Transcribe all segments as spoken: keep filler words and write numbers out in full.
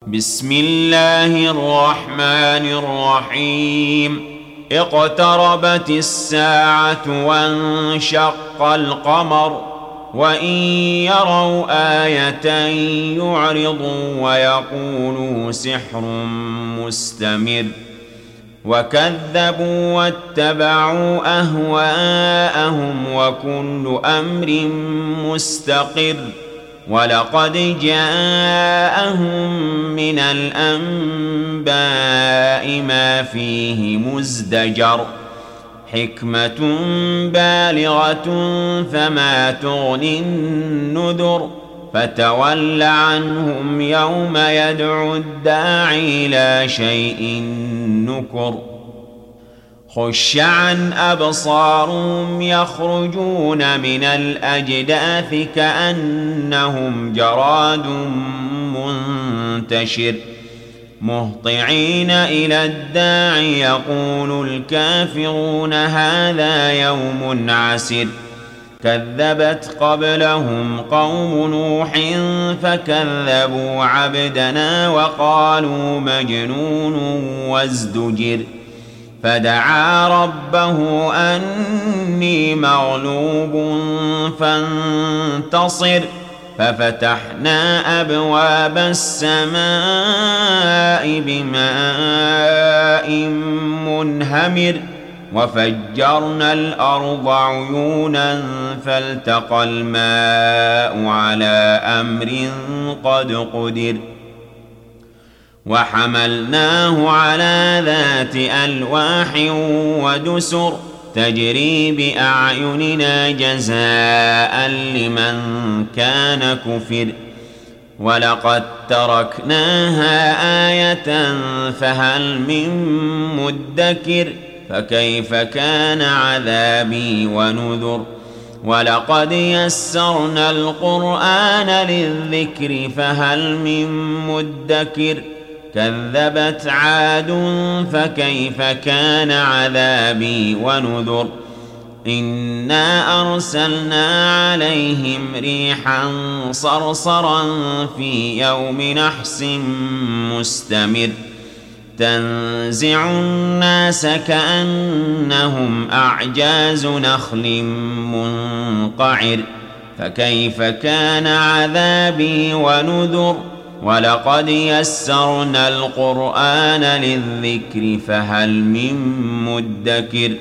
بسم الله الرحمن الرحيم اقتربت الساعة وانشق القمر وإن يروا آية يعرضوا ويقولوا سحر مستمر وكذبوا واتبعوا أهواءهم وكل أمر مستقر ولقد جاءهم من الأنباء ما فيه مزدجر حكمة بالغة فما تغني النذر فتول عنهم يوم يدعو الداعي إلى شيء نكر خش عن أبصارهم يخرجون من الأجداث كأنهم جراد منتشر مهطعين إلى الداعي يقول الكافرون هذا يوم عسر كذبت قبلهم قوم نوح فكذبوا عبدنا وقالوا مجنون وازدجر فدعا ربه أني مغلوب فانتصر ففتحنا أبواب السماء بماء منهمر وفجرنا الأرض عيونا فالتقى الماء على أمر قد قدر وحملناه على ذات ألواح ودسر تجري بأعيننا جزاء لمن كان كفر ولقد تركناها آية فهل من مدكر فكيف كان عذابي ونذر ولقد يسرنا القرآن للذكر فهل من مدكر كذبت عاد فكيف كان عذابي ونذر إنا أرسلنا عليهم ريحا صرصرا في يوم نحس مستمر تنزع الناس كأنهم أعجاز نخل منقعر فكيف كان عذابي ونذر ولقد يسرنا القرآن للذكر فهل من مدكر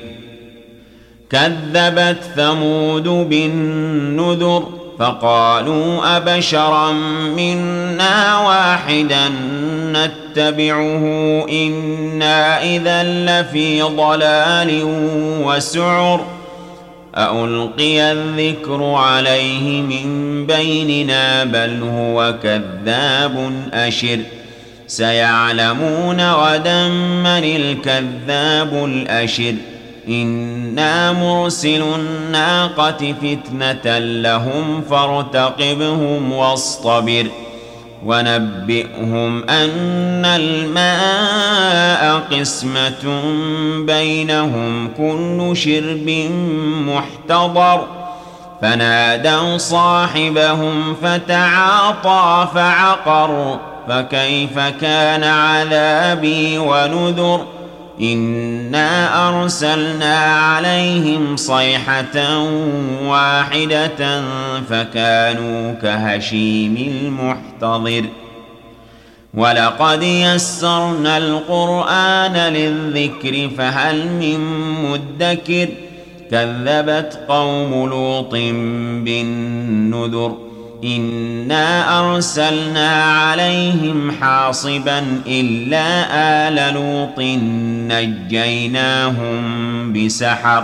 كذبت ثمود بالنذر فقالوا أبشرا منا واحدا نتبعه إنا إذا لفي ضلال وسعر أألقي الذكر عليه من بيننا بل هو كذاب أشر سيعلمون غدا من الكذاب الأشر إنا مرسل الناقة فتنة لهم فارتقبهم واصطبر ونبئهم أن الماء قسمة بينهم كل شرب محتضر فنادوا صاحبهم فتعاطى فعقر فكيف كان عذابي ونذر إنا أرسلنا عليهم صيحة واحدة فكانوا كهشيم المحتضر ولقد يسرنا القرآن للذكر فهل من مدكر كذبت قوم لوط بالنذر إنا أرسلنا عليهم حاصبا إلا آل لوط نجيناهم بسحر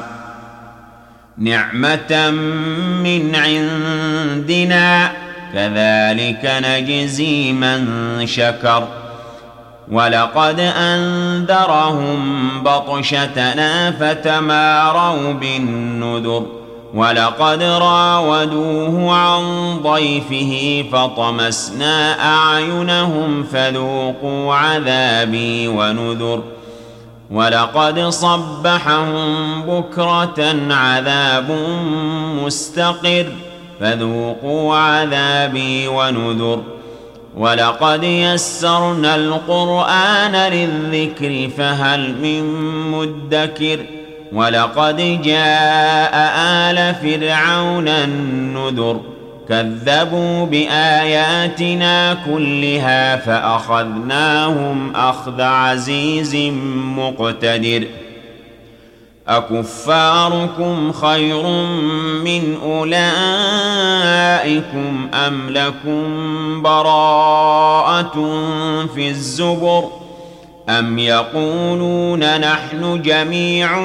نعمة من عندنا كذلك نجزي من شكر ولقد أنذرهم بطشتنا فتماروا بالنذر ولقد راودوه عن ضيفه فطمسنا أعينهم فذوقوا عذابي ونذر ولقد صبحهم بكرة عذاب مستقر فذوقوا عذابي ونذر ولقد يسرنا القرآن للذكر فهل من مدكر ولقد جاء آل فرعون النذر كذبوا بآياتنا كلها فأخذناهم أخذ عزيز مقتدر أكفاركم خير من أولئكم أم لكم براءة في الزبر أم يقولون نحن جميع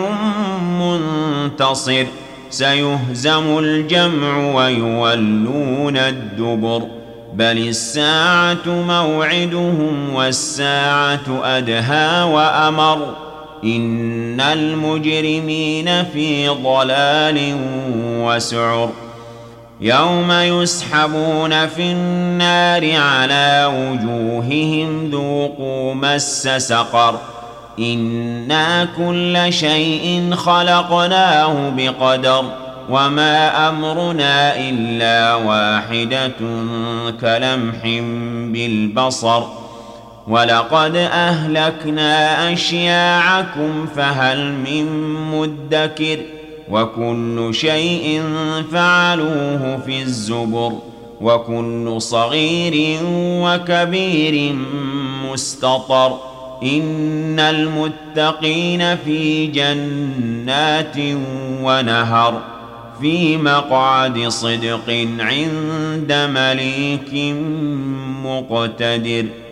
منتصر سيهزم الجمع ويولون الدبر بل الساعة موعدهم والساعة أدهى وأمر إن المجرمين في ضلال وسعر يوم يسحبون في النار على وجوههم ذوقوا مس سقر إنا كل شيء خلقناه بقدر وما أمرنا إلا واحدة كلمح بالبصر ولقد أهلكنا أشياعكم فهل من مدكر وكل شيء فعلوه في الزبر وكل صغير وكبير مستطر إن المتقين في جنات ونهر في مقعد صدق عند مليك مقتدر.